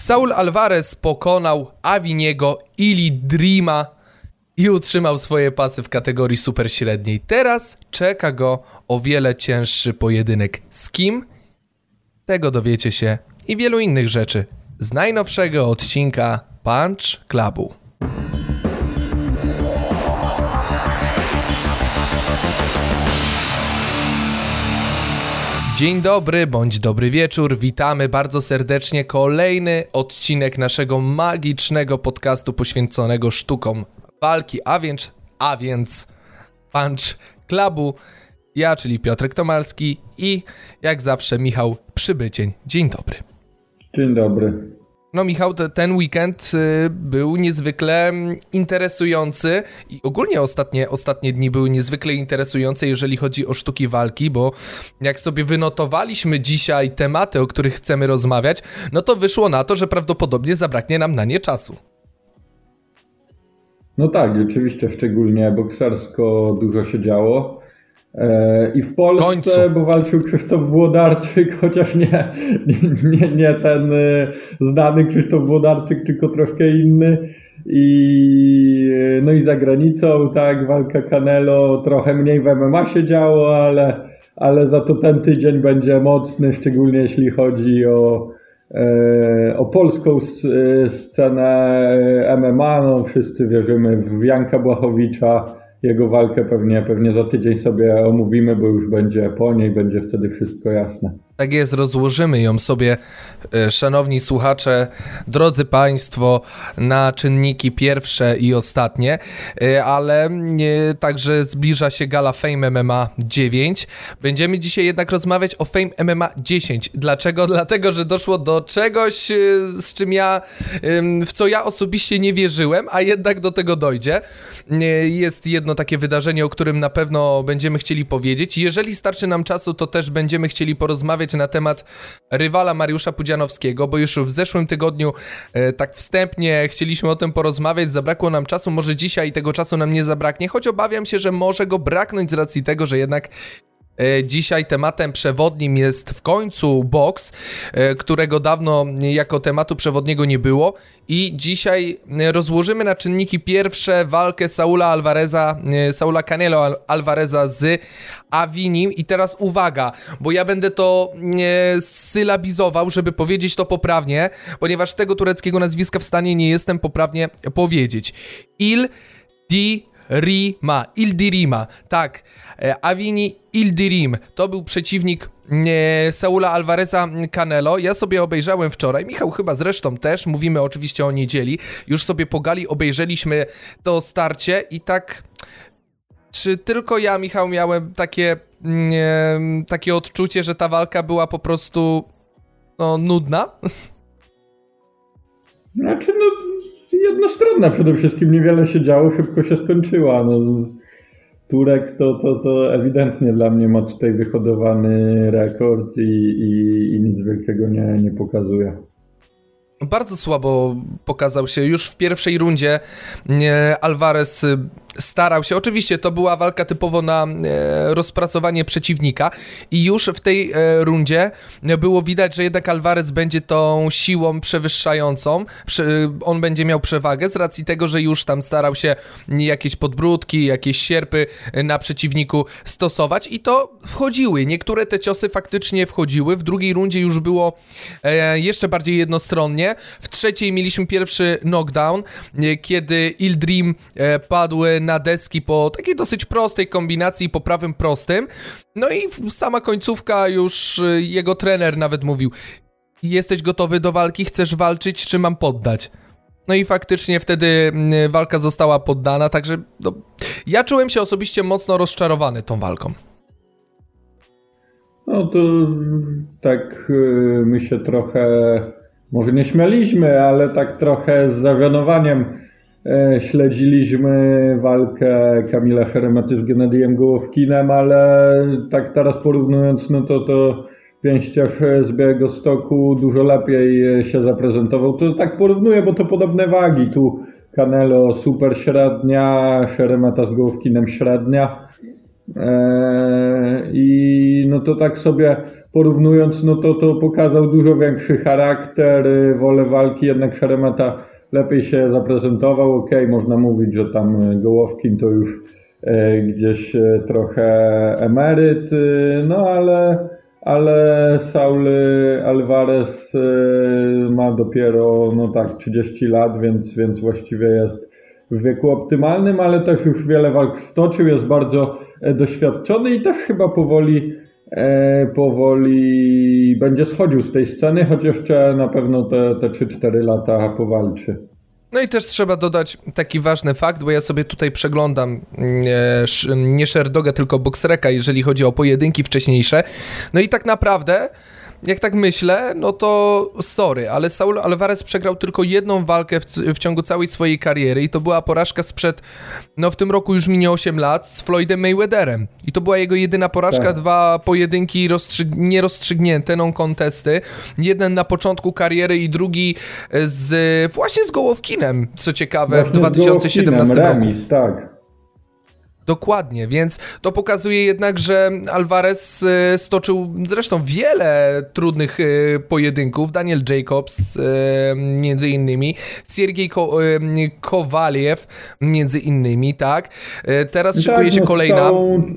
Saul Alvarez pokonał Aviniego Ili Dreama i utrzymał swoje pasy w kategorii superśredniej. Teraz czeka go o wiele cięższy pojedynek. Z kim? Tego dowiecie się i wielu innych rzeczy z najnowszego odcinka Punch Clubu. Dzień dobry, bądź dobry wieczór, witamy bardzo serdecznie. Kolejny odcinek naszego magicznego podcastu poświęconego sztukom walki, a więc Punch Clubu. Ja, czyli Piotrek Tomalski i jak zawsze Michał Przybycień. Dzień dobry. Dzień dobry. No Michał, ten weekend był niezwykle interesujący i ogólnie ostatnie dni były niezwykle interesujące, jeżeli chodzi o sztuki walki, bo jak sobie wynotowaliśmy dzisiaj tematy, o których chcemy rozmawiać, no to wyszło na to, że prawdopodobnie zabraknie nam na nie czasu. No tak, rzeczywiście, szczególnie boksersko dużo się działo. I w Polsce, bo walczył Krzysztof Włodarczyk, chociaż nie ten znany Krzysztof Włodarczyk, tylko troszkę inny. No i za granicą, tak, walka Canelo, trochę mniej w MMA się działo, ale za to ten tydzień będzie mocny, szczególnie jeśli chodzi o polską scenę MMA. No, wszyscy wierzymy w Janka Błachowicza. Jego walkę pewnie za tydzień sobie omówimy, bo już będzie po niej, będzie wtedy wszystko jasne. Tak jest, rozłożymy ją sobie, szanowni słuchacze, drodzy państwo, na czynniki pierwsze i ostatnie, ale także zbliża się gala Fame MMA 9. Będziemy dzisiaj jednak rozmawiać o Fame MMA 10. Dlaczego? Dlatego, że doszło do czegoś, w co ja osobiście nie wierzyłem, a jednak do tego dojdzie. Jest jedno takie wydarzenie, o którym na pewno będziemy chcieli powiedzieć. Jeżeli starczy nam czasu, to też będziemy chcieli porozmawiać na temat rywala Mariusza Pudzianowskiego, bo już w zeszłym tygodniu tak wstępnie chcieliśmy o tym porozmawiać, zabrakło nam czasu, może dzisiaj tego czasu nam nie zabraknie, choć obawiam się, że może go braknąć z racji tego, że jednak dzisiaj tematem przewodnim jest w końcu boks, którego dawno jako tematu przewodniego nie było i dzisiaj rozłożymy na czynniki pierwsze walkę Saula Canelo Alvareza z Avinim i teraz uwaga, bo ja będę to sylabizował, żeby powiedzieć to poprawnie, ponieważ tego tureckiego nazwiska w stanie nie jestem poprawnie powiedzieć. Ildirima, tak, Avini Ildirim, to był przeciwnik Saula Alvareza Canelo. Ja sobie obejrzałem wczoraj, Michał chyba zresztą też, mówimy oczywiście o niedzieli, już sobie po gali obejrzeliśmy to starcie i tak, czy tylko ja, Michał, miałem takie odczucie, że ta walka była po prostu nudna? Znaczy, jednostronna przede wszystkim, niewiele się działo, szybko się skończyła. Turek to ewidentnie dla mnie ma tutaj wyhodowany rekord i nic wielkiego nie pokazuje. Bardzo słabo pokazał się już w pierwszej rundzie. Alvarez starał się, oczywiście to była walka typowo na rozpracowanie przeciwnika i już w tej rundzie było widać, że jednak Alvarez będzie tą siłą przewyższającą, on będzie miał przewagę z racji tego, że już tam starał się jakieś podbródki, jakieś sierpy na przeciwniku stosować i to wchodziły, niektóre te ciosy faktycznie wchodziły, w drugiej rundzie już było jeszcze bardziej jednostronnie, w trzeciej mieliśmy pierwszy knockdown, kiedy Ildrim padł na deski po takiej dosyć prostej kombinacji po prawym prostym. No i sama końcówka już jego trener nawet mówił: jesteś gotowy do walki, chcesz walczyć, czy mam poddać? No i faktycznie wtedy walka została poddana, także ja czułem się osobiście mocno rozczarowany tą walką. No to tak my się trochę, może nie śmialiśmy, ale tak trochę z zawianowaniem śledziliśmy walkę Kamila Szeremety z Gennadijem Gołowkinem, ale tak teraz porównując, no to Pięściarz z Białegostoku dużo lepiej się zaprezentował. To tak porównuję, bo to podobne wagi. Tu Canelo super średnia, Szeremeta z Gołowkinem średnia. I no to tak sobie porównując, no to pokazał dużo większy charakter, wolę walki, jednak Szeremeta lepiej się zaprezentował. Okej, można mówić, że tam Gołowkin to już gdzieś trochę emeryt, no ale Saul Alvarez ma dopiero 30 lat, więc właściwie jest w wieku optymalnym, ale też już wiele walk stoczył, jest bardzo doświadczony i też chyba powoli będzie schodził z tej sceny, choć jeszcze na pewno te 3-4 lata powalczy. No i też trzeba dodać taki ważny fakt, bo ja sobie tutaj przeglądam nie Sherdoga, tylko Boxreka, jeżeli chodzi o pojedynki wcześniejsze. No i tak naprawdę, jak tak myślę, no to sorry, ale Saul Alvarez przegrał tylko jedną walkę w ciągu całej swojej kariery i to była porażka sprzed, w tym roku już minie 8 lat, z Floydem Mayweatherem. I to była jego jedyna porażka, tak. 2 pojedynki nierozstrzygnięte, non-contesty. Jeden na początku kariery i drugi właśnie z Gołowkinem, co ciekawe, właśnie w 2017 roku. Remis, tak. Dokładnie, więc to pokazuje jednak, że Alvarez stoczył zresztą wiele trudnych pojedynków. Daniel Jacobs między innymi, Siergiej Kowaliew między innymi, tak? Teraz szykuje się kolejna...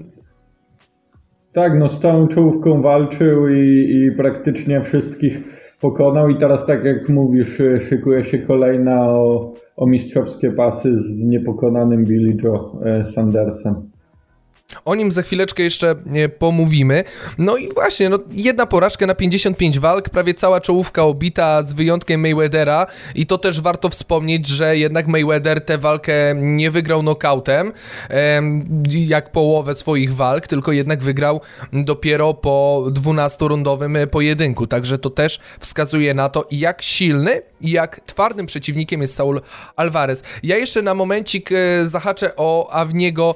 Z całą czołówką walczył i praktycznie wszystkich pokonał i teraz, tak jak mówisz, szykuje się kolejna o mistrzowskie pasy z niepokonanym Billy Joe Sandersem. O nim za chwileczkę jeszcze pomówimy. No i właśnie, jedna porażka na 55 walk, prawie cała czołówka obita z wyjątkiem Mayweathera i to też warto wspomnieć, że jednak Mayweather tę walkę nie wygrał knockautem, jak połowę swoich walk, tylko jednak wygrał dopiero po 12-rundowym pojedynku. Także to też wskazuje na to, jak silny i jak twardym przeciwnikiem jest Saul Alvarez. Ja jeszcze na momencik zahaczę o Avniego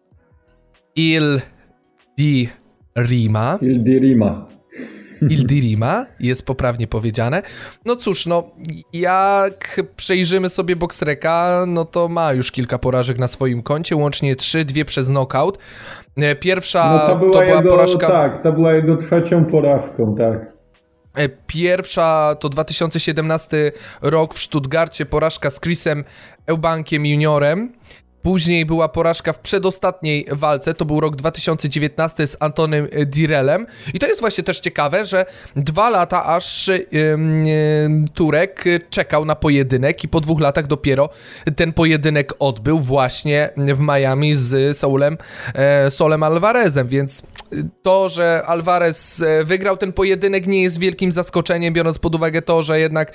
Ildirima, jest poprawnie powiedziane. No cóż, jak przejrzymy sobie Boxreka, to ma już kilka porażek na swoim koncie, łącznie 3, 2 przez knockout. Pierwsza to była porażka... Tak, to była jego trzecią porażką, tak. Pierwsza to 2017 rok w Stuttgarcie, porażka z Chrisem Eubankiem juniorem. Później była porażka w przedostatniej walce, to był rok 2019 z Antonym Direllem. I to jest właśnie też ciekawe, że 2 lata aż Turek czekał na pojedynek i po 2 latach dopiero ten pojedynek odbył właśnie w Miami z Saulem Alvarezem, Więc to, że Alvarez wygrał ten pojedynek, nie jest wielkim zaskoczeniem, biorąc pod uwagę to, że jednak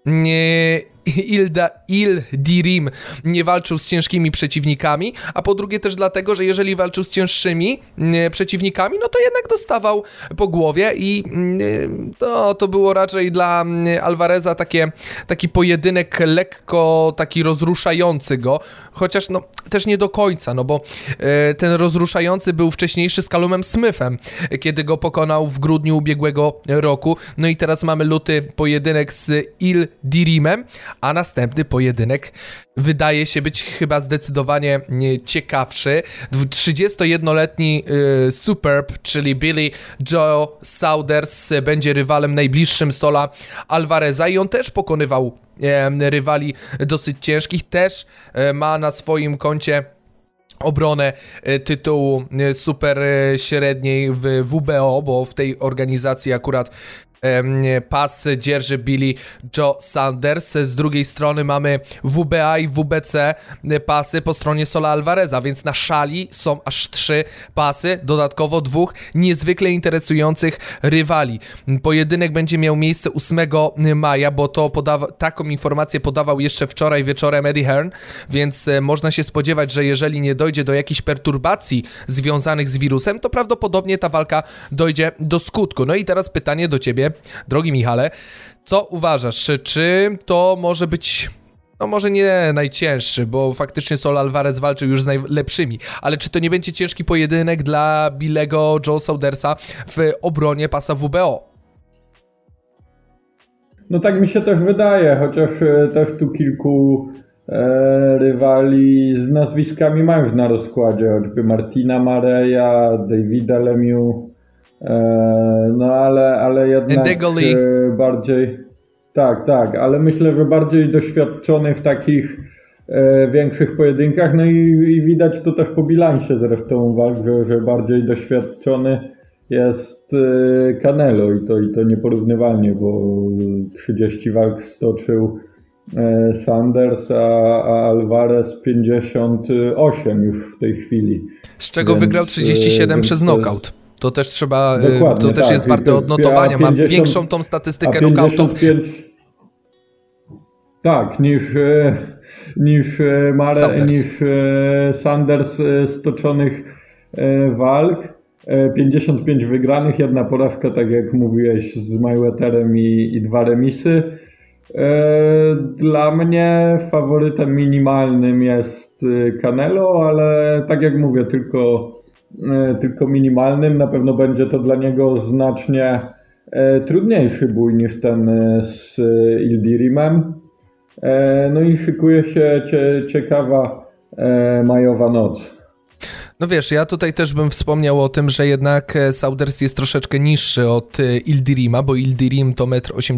Ildirim nie walczył z ciężkimi przeciwnikami, a po drugie też dlatego, że jeżeli walczył z cięższymi przeciwnikami, to jednak dostawał po głowie i to było raczej dla Alvareza taki pojedynek lekko taki rozruszający go, chociaż też nie do końca, bo ten rozruszający był wcześniejszy z Callumem Smithem, kiedy go pokonał w grudniu ubiegłego roku, i teraz mamy luty pojedynek z Ildirimem, a następny pojedynek wydaje się być chyba zdecydowanie ciekawszy. 31-letni Superb, czyli Billy Joe Saunders, będzie rywalem najbliższym Saula Alvareza i on też pokonywał rywali dosyć ciężkich, też ma na swoim koncie obronę tytułu super średniej w WBO, bo w tej organizacji akurat pas dzierży Billy Joe Saunders. Z drugiej strony mamy WBA i WBC pasy po stronie Saula Alvareza, więc na szali są aż 3 pasy, dodatkowo 2 niezwykle interesujących rywali. Pojedynek będzie miał miejsce 8 maja, bo taką informację podawał jeszcze wczoraj wieczorem Eddie Hearn, więc można się spodziewać, że jeżeli nie dojdzie do jakichś perturbacji związanych z wirusem, to prawdopodobnie ta walka dojdzie do skutku. No i teraz pytanie do ciebie, drogi Michale, co uważasz, czy to może być, może nie najcięższy, bo faktycznie Saul Alvarez walczył już z najlepszymi, ale czy to nie będzie ciężki pojedynek dla Billego Joe Saundersa w obronie pasa WBO? Tak mi się też wydaje, chociaż też tu kilku rywali z nazwiskami ma już na rozkładzie, choćby Martina Mareja, Davida Lemieux, No ale jednak bardziej... Tak, ale myślę, że bardziej doświadczony w takich większych pojedynkach, no i widać to też po bilansie zresztą walk, że bardziej doświadczony jest Canelo i to nieporównywalnie, bo 30 walk stoczył Sanders, a Alvarez 58 już w tej chwili. Z czego wygrał 37 przez knockout. To też trzeba, to też jest warte odnotowania. Mam większą tą statystykę knockoutów. Tak, niż Sanders stoczonych walk. 55 wygranych, 1 porażka, tak jak mówiłeś, z Mayweatherem i 2 remisy. Dla mnie faworytem minimalnym jest Canelo, ale tak jak mówię, tylko minimalnym. Na pewno będzie to dla niego znacznie trudniejszy bój niż ten z Ildirimem. No i szykuje się ciekawa majowa noc. No wiesz, ja tutaj też bym wspomniał o tym, że jednak Saunders jest troszeczkę niższy od Ildirima, bo Ildirim to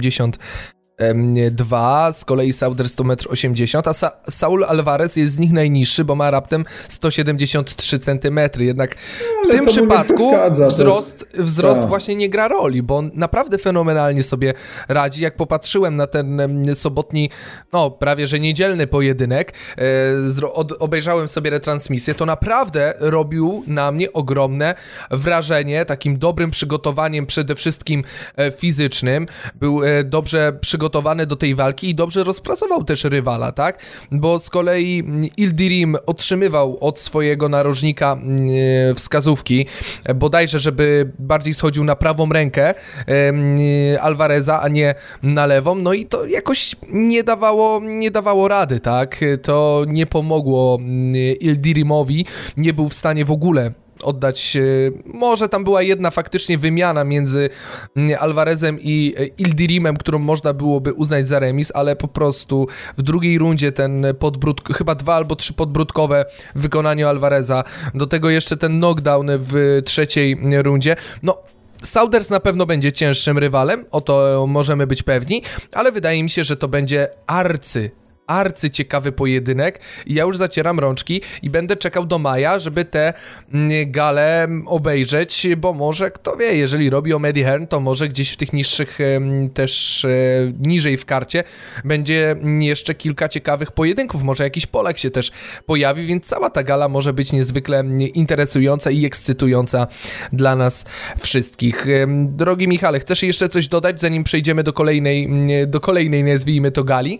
1,82 m, z kolei Saunders to 1,80 m, a Saul Alvarez jest z nich najniższy, bo ma raptem 173 cm. Jednak w tym przypadku wzrost właśnie nie gra roli, bo on naprawdę fenomenalnie sobie radzi. Jak popatrzyłem na ten sobotni, no prawie że niedzielny pojedynek, obejrzałem sobie retransmisję, to naprawdę robił na mnie ogromne wrażenie, takim dobrym przygotowaniem przede wszystkim fizycznym. Był dobrze przygotowany do tej walki i dobrze rozpracował też rywala, tak? Bo z kolei Ildirim otrzymywał od swojego narożnika wskazówki, bodajże, żeby bardziej schodził na prawą rękę Alvareza, a nie na lewą, no i to jakoś nie dawało rady, tak? To nie pomogło Ildirimowi, nie był w stanie w ogóle oddać, może tam była jedna faktycznie wymiana między Alvarezem i Ildirimem, którą można byłoby uznać za remis, ale po prostu w drugiej rundzie ten chyba 2 albo 3 podbródkowe w wykonaniu Alvareza, do tego jeszcze ten knockdown w trzeciej rundzie, no Saunders na pewno będzie cięższym rywalem, o to możemy być pewni, ale wydaje mi się, że to będzie arcyciekawy pojedynek i ja już zacieram rączki i będę czekał do maja, żeby te gale obejrzeć, bo może, kto wie, jeżeli robi o Eddie Hearn, to może gdzieś w tych niższych też niżej w karcie będzie jeszcze kilka ciekawych pojedynków, może jakiś Polak się też pojawi, więc cała ta gala może być niezwykle interesująca i ekscytująca dla nas wszystkich. Drogi Michale, chcesz jeszcze coś dodać, zanim przejdziemy do kolejnej nazwijmy to gali?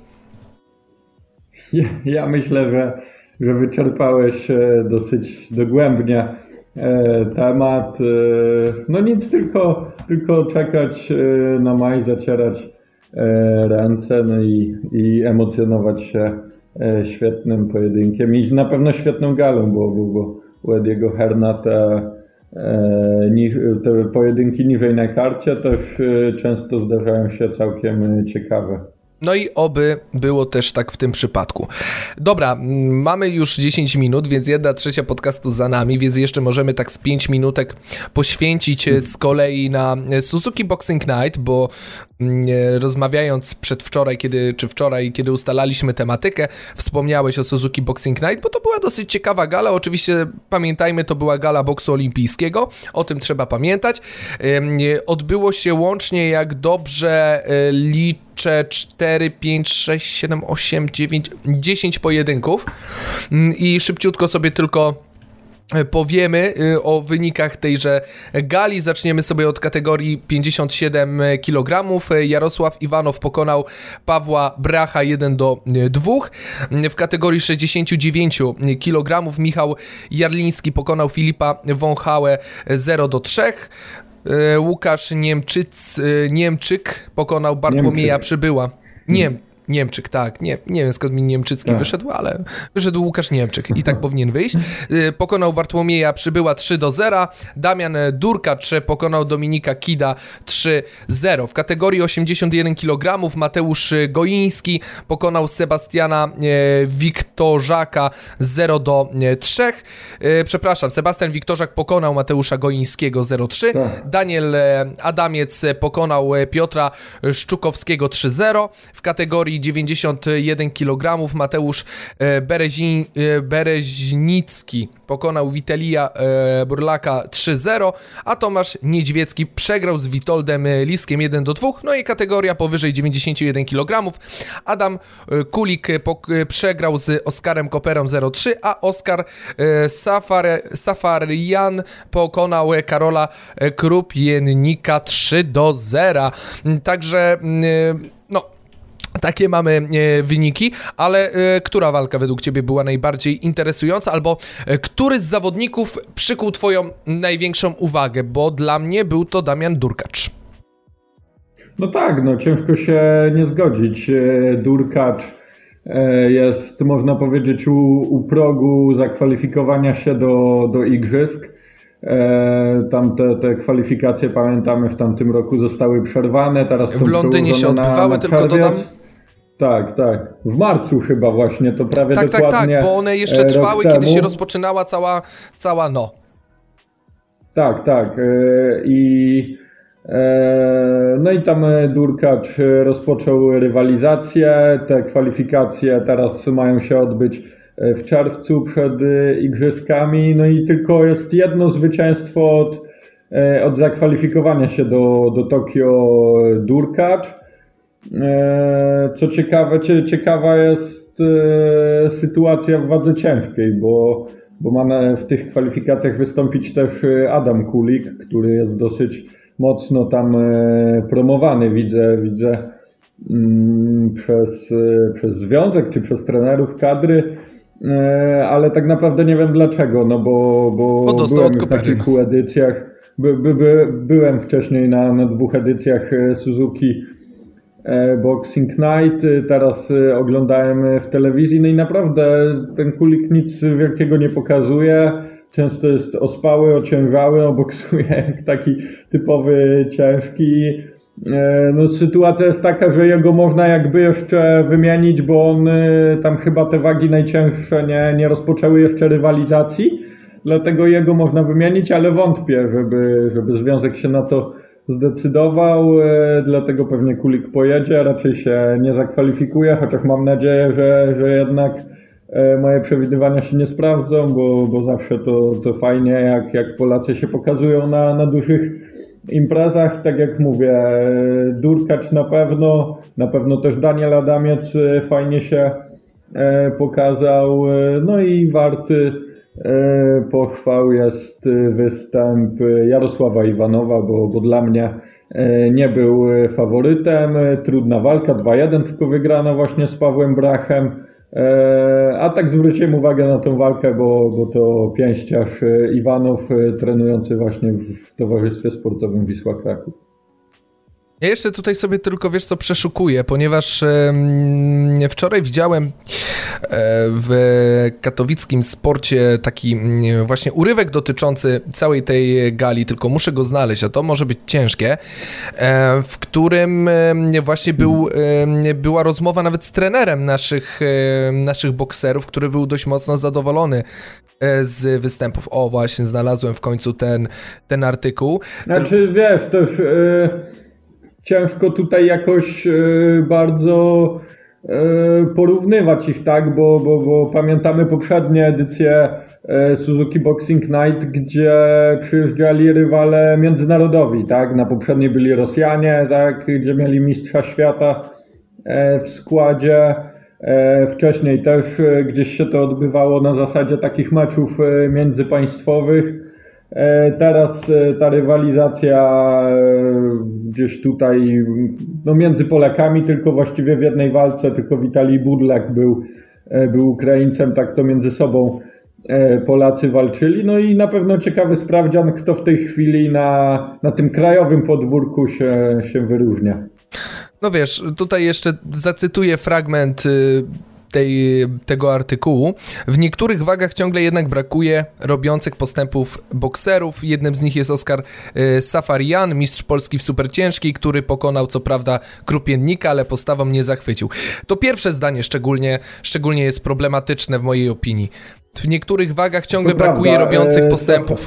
Ja myślę, że wyczerpałeś dosyć dogłębnie temat. No nic, tylko czekać na maj, zacierać ręce, no i emocjonować się świetnym pojedynkiem i na pewno świetną galą, bo u Ediego Hearna te pojedynki niżej na karcie też często zdarzają się całkiem ciekawe. No i oby było też tak w tym przypadku. Dobra, mamy już 10 minut, więc 1/3 podcastu za nami, więc jeszcze możemy tak z 5 minutek poświęcić z kolei na Suzuki Boxing Night, bo rozmawiając wczoraj, kiedy ustalaliśmy tematykę, wspomniałeś o Suzuki Boxing Night, bo to była dosyć ciekawa gala. Oczywiście pamiętajmy, to była gala boksu olimpijskiego, o tym trzeba pamiętać. Odbyło się łącznie, jak dobrze liczę, 4, 5, 6, 7, 8, 9, 10 pojedynków i szybciutko sobie tylko powiemy o wynikach tejże gali. Zaczniemy sobie od kategorii 57 kg. Jarosław Iwanow pokonał Pawła Bracha 1-2. W kategorii 69 kg Michał Jarliński pokonał Filipa Wąchałę 0-3. Łukasz Niemczyk pokonał Bartłomieja Przybyła. Niemczyk, tak. Nie wiem skąd mi Niemczycki wyszedł, ale wyszedł Łukasz Niemczyk i tak powinien wyjść. Pokonał Bartłomieja Przybyła 3-0. Damian Durkacz pokonał Dominika Kida 3-0. W kategorii 81 kg Mateusz Goiński pokonał Sebastiana Wiktorzaka 0-3. Przepraszam, Sebastian Wiktorzak pokonał Mateusza Goińskiego 0-3. Daniel Adamiec pokonał Piotra Szczukowskiego 3-0. W kategorii 91 kg Mateusz Bereźnicki pokonał Witelija Burlaka 3-0, a Tomasz Niedźwiecki przegrał z Witoldem Liskiem 1-2. No i kategoria powyżej 91 kg. Adam Kulik przegrał z Oskarem Koperą 0-3, a Oskar Safarian pokonał Karola Krupiennika 3-0. Także takie mamy wyniki, ale która walka według Ciebie była najbardziej interesująca, albo który z zawodników przykuł Twoją największą uwagę, bo dla mnie był to Damian Durkacz. No tak, ciężko się nie zgodzić. Durkacz jest, można powiedzieć, u progu zakwalifikowania się do igrzysk. Tam te kwalifikacje, pamiętamy, w tamtym roku zostały przerwane. Teraz są w Londynie się odbywały, tylko dodam. Tak. W marcu chyba właśnie, to prawie dokładnie. Tak, bo one jeszcze trwały, kiedy się rozpoczynała cała Tak. No i tam Durkacz rozpoczął rywalizację. Te kwalifikacje teraz mają się odbyć w czerwcu przed igrzyskami. No i tylko jest jedno zwycięstwo od zakwalifikowania się do Tokio Durkacz. Co ciekawa jest sytuacja w wadze ciężkiej, bo ma w tych kwalifikacjach wystąpić też Adam Kulik, który jest dosyć mocno tam promowany, widzę przez związek czy przez trenerów kadry, ale tak naprawdę nie wiem dlaczego, bo byłem w kilku edycjach, byłem wcześniej na 2 edycjach Suzuki Boxing Night, teraz oglądałem w telewizji, no i naprawdę ten Kulik nic wielkiego nie pokazuje, często jest ospały, ociężały, boksuje jak taki typowy ciężki. No sytuacja jest taka, że jego można jakby jeszcze wymienić, bo on tam chyba te wagi najcięższe nie rozpoczęły jeszcze rywalizacji, dlatego jego można wymienić, ale wątpię, żeby związek się na to zdecydował, dlatego pewnie Kulik pojedzie, raczej się nie zakwalifikuje, chociaż mam nadzieję, że jednak moje przewidywania się nie sprawdzą, bo zawsze to fajnie, jak Polacy się pokazują na dużych imprezach. Tak jak mówię, Durkacz na pewno też Daniel Adamiec fajnie się pokazał, no i warty pochwał jest występ Jarosława Iwanowa, bo dla mnie nie był faworytem. Trudna walka, 2-1 tylko wygrana właśnie z Pawłem Brachem. A tak zwróciłem uwagę na tą walkę, bo to pięściarz Iwanow trenujący właśnie w Towarzystwie Sportowym Wisła Kraków. Ja jeszcze tutaj sobie tylko, przeszukuję, ponieważ wczoraj widziałem w katowickim sporcie taki właśnie urywek dotyczący całej tej gali, tylko muszę go znaleźć, a to może być ciężkie, w którym właśnie była rozmowa nawet z trenerem naszych bokserów, który był dość mocno zadowolony z występów. O, właśnie, znalazłem w końcu ten artykuł. Znaczy, wiesz, też ciężko tutaj jakoś bardzo porównywać ich, tak, bo pamiętamy poprzednie edycje Suzuki Boxing Night, gdzie przyjeżdżali rywale międzynarodowi, tak, na poprzedniej byli Rosjanie, tak, gdzie mieli mistrza świata w składzie, wcześniej też gdzieś się to odbywało na zasadzie takich meczów międzypaństwowych. Teraz ta rywalizacja gdzieś tutaj między Polakami, tylko właściwie w jednej walce, tylko Witalij Budlak był Ukraińcem, tak to między sobą Polacy walczyli. No i na pewno ciekawy sprawdzian, kto w tej chwili na tym krajowym podwórku się wyróżnia. No wiesz, tutaj jeszcze zacytuję fragment tego artykułu. W niektórych wagach ciągle jednak brakuje robiących postępów bokserów. Jednym z nich jest Oskar Safarian, mistrz Polski w superciężkiej, który pokonał co prawda Krupiennika, ale postawą nie zachwycił. To pierwsze zdanie szczególnie jest problematyczne w mojej opinii. W niektórych wagach ciągle brakuje robiących postępów.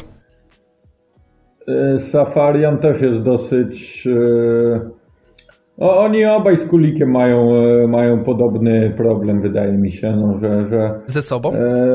Safarian też jest dosyć... Oni obaj z Kulikiem mają podobny problem, wydaje mi się, no, że ze sobą?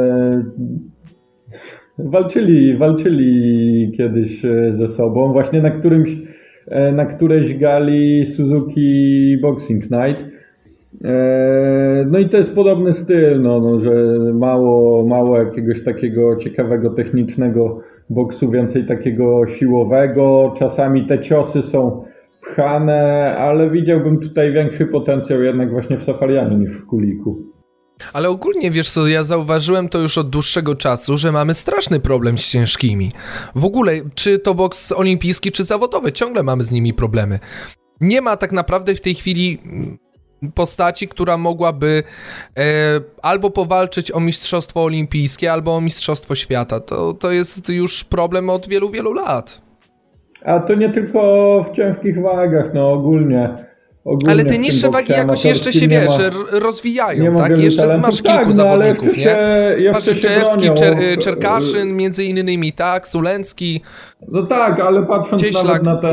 Walczyli kiedyś ze sobą, właśnie na którejś gali Suzuki Boxing Night. No i to jest podobny styl, no, że mało jakiegoś takiego ciekawego, technicznego boksu, więcej takiego siłowego. Czasami te ciosy są pchane, ale widziałbym tutaj większy potencjał jednak właśnie w Safarianie niż w Kuliku. Ale ogólnie, wiesz co, ja zauważyłem to już od dłuższego czasu, że mamy straszny problem z ciężkimi. W ogóle, czy to boks olimpijski, czy zawodowy, ciągle mamy z nimi problemy. Nie ma tak naprawdę w tej chwili postaci, która mogłaby albo powalczyć o mistrzostwo olimpijskie, albo o mistrzostwo świata. To jest już problem od wielu, wielu lat. A to nie tylko w ciężkich wagach, no ogólnie. Ale te niższe wagi jakoś jeszcze się, wiesz, rozwijają, tak? Jeszcze masz kilku zawodników, nie? Patrzyczewski, Czerkaszyn, między innymi, tak? Sulencki. No tak, ale patrząc Cieślak, nawet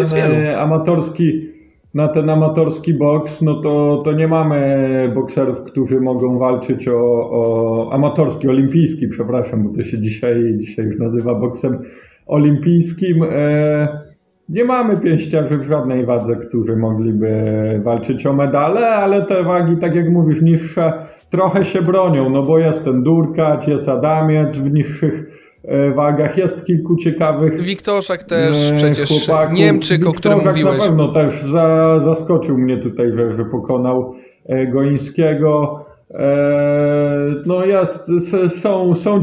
na ten amatorski boks, no to nie mamy bokserów, którzy mogą walczyć o amatorski, olimpijski, przepraszam, bo to się dzisiaj już nazywa boksem olimpijskim. Nie mamy pięściarzy w żadnej wadze, którzy mogliby walczyć o medale, ale te wagi, tak jak mówisz, niższe trochę się bronią, no bo jest ten Durkacz, jest Adamiec w niższych wagach, jest kilku ciekawych Wiktorzak też przecież, chłopaków. Wiktorzak, o którym mówiłeś. Na pewno też zaskoczył mnie tutaj, że pokonał Goińskiego. No są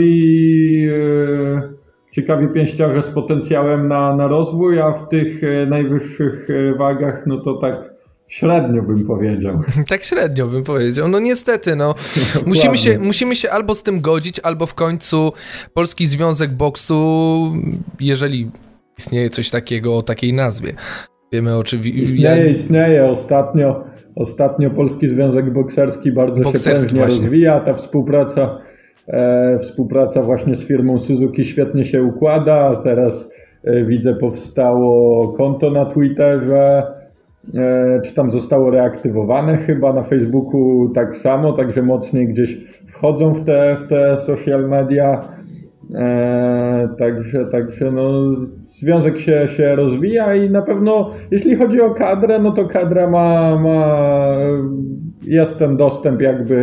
ciekawi pięściarze z potencjałem na rozwój, a w tych najwyższych wagach, no to tak średnio bym powiedział. Tak średnio bym powiedział. No niestety, no. Musimy się albo z tym godzić, albo w końcu Polski Związek Boksu, jeżeli istnieje coś takiego o takiej nazwie. Wiemy oczywiście... Istnieje. Ostatnio Polski Związek Bokserski bardzo się prężnie rozwija. Ta współpraca właśnie z firmą Suzuki świetnie się układa. Teraz widzę, powstało konto na Twitterze, czy tam zostało reaktywowane chyba, na Facebooku tak samo, także mocniej gdzieś wchodzą w te social media. Także no, związek się rozwija i na pewno jeśli chodzi o kadrę, no to kadra jest ten dostęp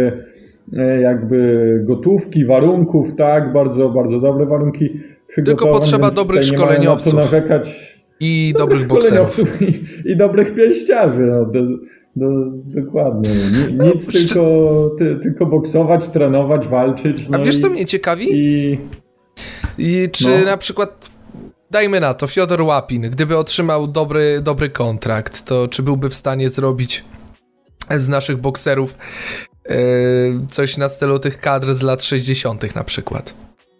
jakby gotówki, warunków, tak, bardzo, bardzo dobre warunki przygotowane. Tylko potrzeba dobrych szkoleniowców i dobrych bokserów. I dobrych pięściarzy, dokładnie. Nic, tylko boksować, trenować, walczyć. A wiesz co mnie ciekawi? I czy na przykład, dajmy na to, Fiodor Łapin, gdyby otrzymał dobry kontrakt, to czy byłby w stanie zrobić z naszych bokserów coś na stylu tych kadr z lat 60. na przykład?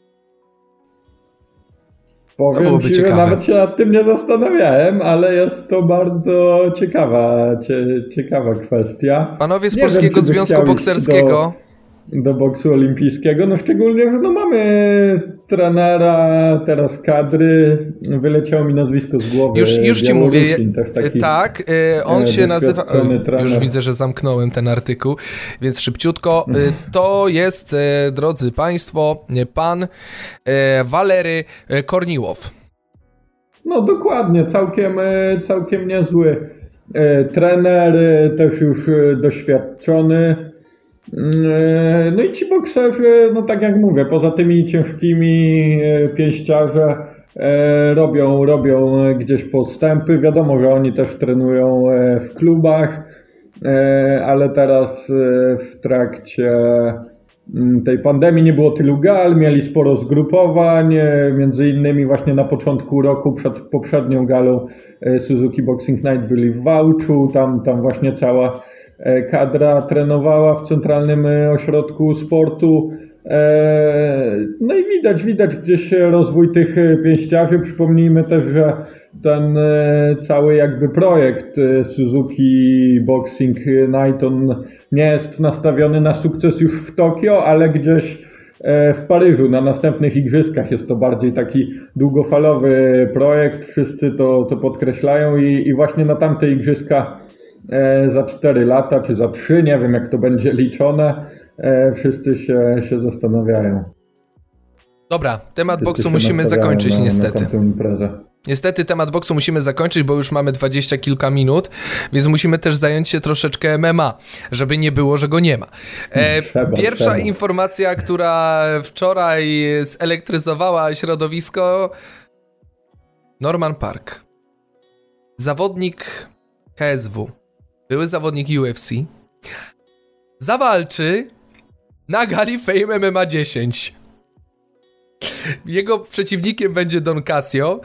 Powiem ci, że nawet się nad tym nie zastanawiałem, ale jest to bardzo ciekawa kwestia. Panowie z Polskiego Związku Bokserskiego... Do boksu olimpijskiego, no szczególnie, że mamy trenera, teraz kadry, wyleciało mi nazwisko z głowy. Już ci mówię, tak, on się nazywa, już widzę, że zamknąłem ten artykuł, więc szybciutko, to jest, drodzy państwo, pan Walery Korniłow. No dokładnie, całkiem niezły trener, też już doświadczony. No i ci bokserzy, no tak jak mówię, poza tymi ciężkimi pięściarze robią gdzieś postępy. Wiadomo, że oni też trenują w klubach, ale teraz w trakcie tej pandemii nie było tylu gal, mieli sporo zgrupowań, między innymi właśnie na początku roku przed poprzednią galą Suzuki Boxing Night byli w Wałczu, tam właśnie cała kadra trenowała w Centralnym Ośrodku Sportu. No i widać gdzieś rozwój tych pięściarzy. Przypomnijmy też, że ten cały jakby projekt Suzuki Boxing Night, on nie jest nastawiony na sukces już w Tokio, ale gdzieś w Paryżu na następnych igrzyskach. Jest to bardziej taki długofalowy projekt, wszyscy to podkreślają i właśnie na tamte igrzyska za 4 lata czy za 3, nie wiem jak to będzie liczone, wszyscy się zastanawiają. Dobra, temat boksu musimy zakończyć niestety. Niestety temat boksu musimy zakończyć, bo już mamy 20 kilka minut, więc musimy też zająć się troszeczkę MMA, żeby nie było, że go nie ma. Pierwsza informacja, która wczoraj zelektryzowała środowisko. Norman Park. Zawodnik KSW, były zawodnik UFC, zawalczy na gali Fame MMA 10. Jego przeciwnikiem będzie Don Casio.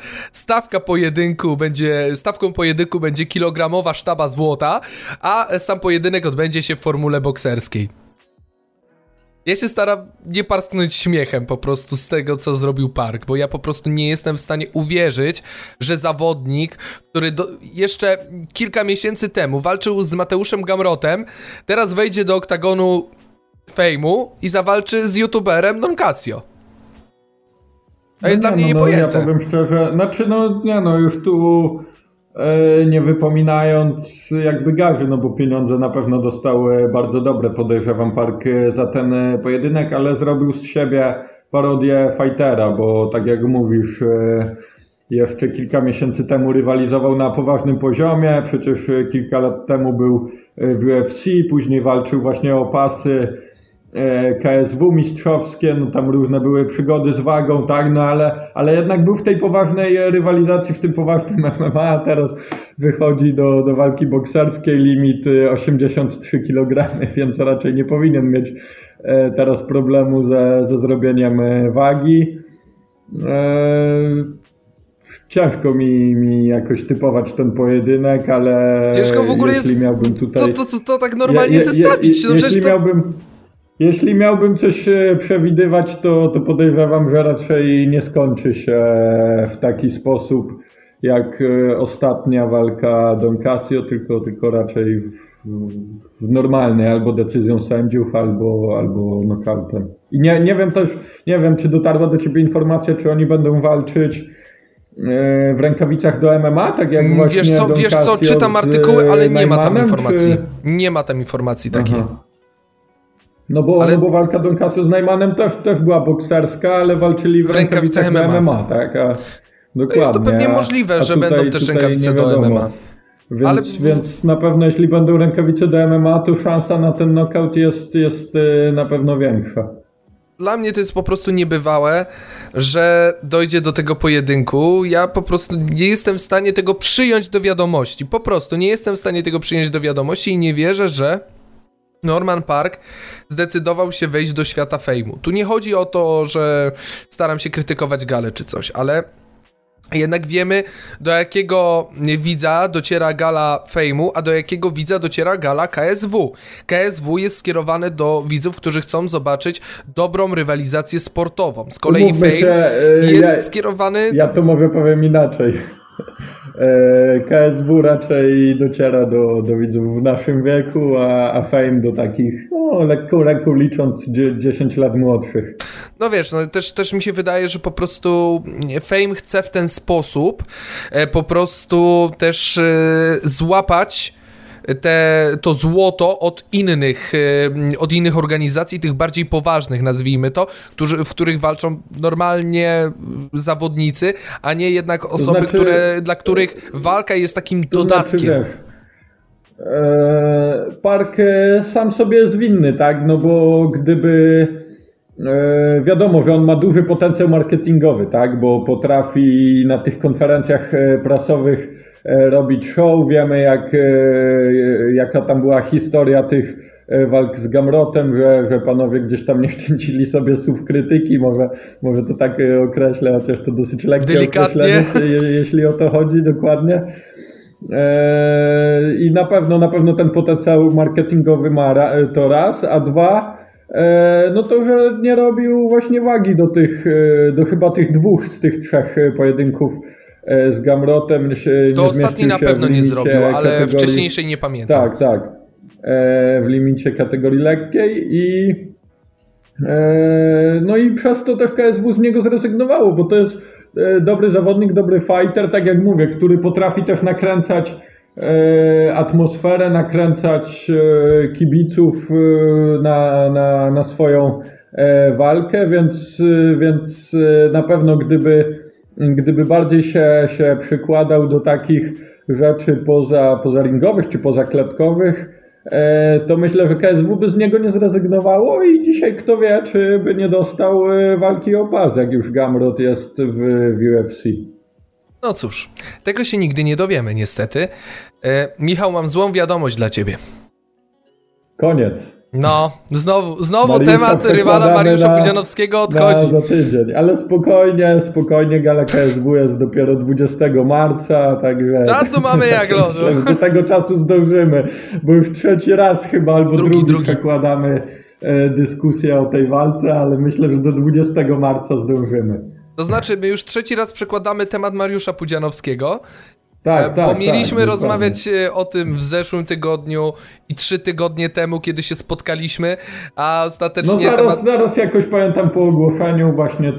Stawką pojedynku będzie kilogramowa sztaba złota, a sam pojedynek odbędzie się w formule bokserskiej. Ja się staram nie parsknąć śmiechem po prostu z tego, co zrobił Park, bo ja po prostu nie jestem w stanie uwierzyć, że zawodnik, który jeszcze kilka miesięcy temu walczył z Mateuszem Gamrotem, teraz wejdzie do oktagonu Fame'u i zawalczy z youtuberem Don Casio. To jest dla mnie niepojęte. Ja powiem szczerze, już tu nie wypominając jakby garzy, no bo pieniądze na pewno dostały bardzo dobre, podejrzewam, Park za ten pojedynek, ale zrobił z siebie parodię fightera, bo tak jak mówisz, jeszcze kilka miesięcy temu rywalizował na poważnym poziomie, przecież kilka lat temu był w UFC, później walczył właśnie o pasy KSW mistrzowskie, no tam różne były przygody z wagą, tak, no ale jednak był w tej poważnej rywalizacji, w tym poważnym MMA, a teraz wychodzi do walki bokserskiej, limit 83 kg, więc raczej nie powinien mieć teraz problemu ze zrobieniem wagi. Ciężko mi jakoś typować ten pojedynek, ale ciężko w ogóle jeśli jest miałbym tutaj... To tak normalnie zestawić. Jeśli miałbym coś przewidywać, to podejrzewam, że raczej nie skończy się w taki sposób jak ostatnia walka Don Casio, tylko raczej w normalnej, albo decyzją sędziów, albo knockoutem. I nie wiem, czy dotarła do ciebie informacja, czy oni będą walczyć w rękawicach do MMA, tak jak właśnie Wiesz co, czytam artykuły, ale nie ma tam informacji. Nie ma tam informacji takiej. Aha. No bo walka Don Casio z Najmanem też była bokserska, ale walczyli w rękawicach do MMA, tak? Dokładnie. Jest to pewnie możliwe, że będą też rękawice do MMA. Więc na pewno jeśli będą rękawice do MMA, to szansa na ten knockout jest na pewno większa. Dla mnie to jest po prostu niebywałe, że dojdzie do tego pojedynku. Ja po prostu nie jestem w stanie tego przyjąć do wiadomości. Po prostu nie jestem w stanie tego przyjąć do wiadomości i nie wierzę, że Norman Park zdecydował się wejść do świata fejmu. Tu nie chodzi o to, że staram się krytykować galę czy coś, ale jednak wiemy, do jakiego widza dociera gala fejmu, a do jakiego widza dociera gala KSW. KSW jest skierowane do widzów, którzy chcą zobaczyć dobrą rywalizację sportową. Z kolei Fame jest skierowany... Ja to może powiem inaczej. KSW raczej dociera do widzów w naszym wieku, a Fame do takich, lekką ręką licząc 10 lat młodszych. No wiesz, też mi się wydaje, że po prostu Fame chce w ten sposób po prostu też złapać to złoto od innych organizacji, tych bardziej poważnych, nazwijmy to, w których walczą normalnie zawodnicy, a nie jednak osoby, dla których walka jest takim dodatkiem. Park sam sobie jest winny, tak? No bo gdyby wiadomo, że on ma duży potencjał marketingowy, tak? Bo potrafi na tych konferencjach prasowych robić show. Wiemy jaka tam była historia tych walk z Gamrotem, że panowie gdzieś tam nie szczęcili sobie słów krytyki, może to tak określę, chociaż to dosyć lekkie określenie, jeśli o to chodzi dokładnie. I na pewno ten potencjał marketingowy ma to raz, a dwa, no to, że nie robił właśnie wagi do chyba tych dwóch z tych trzech pojedynków z Gamrotem. To ostatni na pewno nie zrobił, ale wcześniejszej nie pamiętam. Tak. W limicie kategorii lekkiej no i przez to też KSW z niego zrezygnowało, bo to jest dobry zawodnik, dobry fighter, tak jak mówię, który potrafi też nakręcać atmosferę, nakręcać kibiców na swoją walkę, więc na pewno gdyby bardziej się przykładał do takich rzeczy pozaringowych czy pozaklatkowych, to myślę, że KSW by z niego nie zrezygnowało i dzisiaj kto wie, czy by nie dostał walki o pas, jak już Gamrot jest w UFC. No cóż, tego się nigdy nie dowiemy niestety. Michał, mam złą wiadomość dla ciebie. Koniec. No, znowu temat rywala Mariusza Pudzianowskiego odchodzi. Za tydzień, ale spokojnie, gala KSW jest dopiero 20 marca, także... Czasu mamy jak lodu. Do tego czasu zdążymy, bo już trzeci raz chyba, albo drugi przekładamy dyskusję o tej walce, ale myślę, że do 20 marca zdążymy. To znaczy, my już trzeci raz przekładamy temat Mariusza Pudzianowskiego. Tak, bo mieliśmy rozmawiać o tym w zeszłym tygodniu i 3 tygodnie temu, kiedy się spotkaliśmy, a ostatecznie... No zaraz jakoś pamiętam po ogłoszeniu właśnie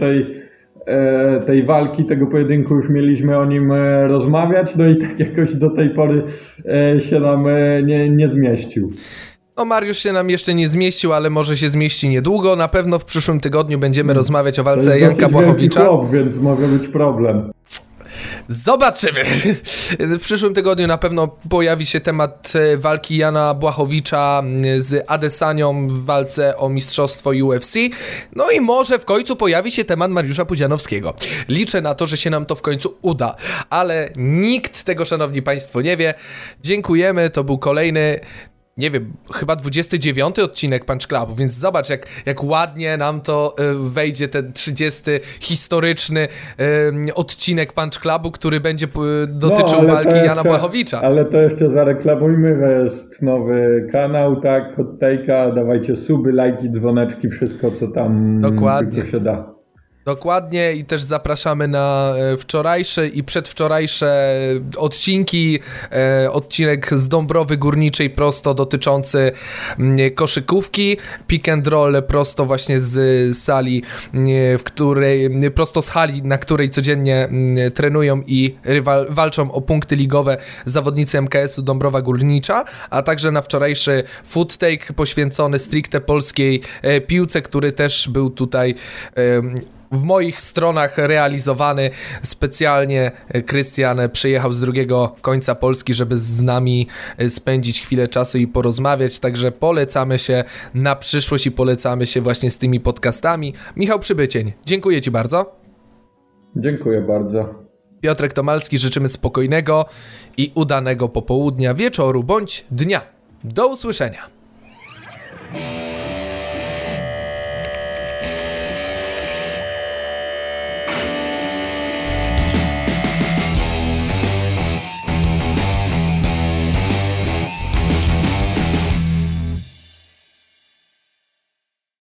tej walki, tego pojedynku już mieliśmy o nim rozmawiać, no i tak jakoś do tej pory się nam nie zmieścił. No Mariusz się nam jeszcze nie zmieścił, ale może się zmieści niedługo. Na pewno w przyszłym tygodniu będziemy rozmawiać o walce Janka Błachowicza. Chłop, więc może być problem. Zobaczymy. W przyszłym tygodniu na pewno pojawi się temat walki Jana Błachowicza z Adesanią w walce o mistrzostwo UFC. No i może w końcu pojawi się temat Mariusza Pudzianowskiego. Liczę na to, że się nam to w końcu uda, ale nikt tego, szanowni państwo, nie wie. Dziękujemy, to był kolejny... nie wiem, chyba 29 odcinek Punch Clubu, więc zobacz jak ładnie nam to wejdzie ten 30 historyczny odcinek Punch Clubu, który będzie dotyczył walki Jana Błachowicza. Ale to jeszcze zareklamujmy, że jest nowy kanał, tak, Hot Take'a, dawajcie suby, lajki, dzwoneczki, wszystko co tam tylko się da. Dokładnie i też zapraszamy na wczorajsze i przedwczorajsze odcinki. Odcinek z Dąbrowy Górniczej prosto dotyczący koszykówki. Pick and roll prosto właśnie z sali, prosto z hali, na której codziennie trenują i walczą o punkty ligowe zawodnicy MKS-u Dąbrowa Górnicza, a także na wczorajszy food take poświęcony stricte polskiej piłce, który też był tutaj w moich stronach realizowany. Specjalnie Krystian przyjechał z drugiego końca Polski, żeby z nami spędzić chwilę czasu i porozmawiać, także polecamy się na przyszłość i polecamy się właśnie z tymi podcastami. Michał Przybycień, dziękuję Ci bardzo. Dziękuję bardzo. Piotrek Tomalski, życzymy spokojnego i udanego popołudnia, wieczoru bądź dnia. Do usłyszenia.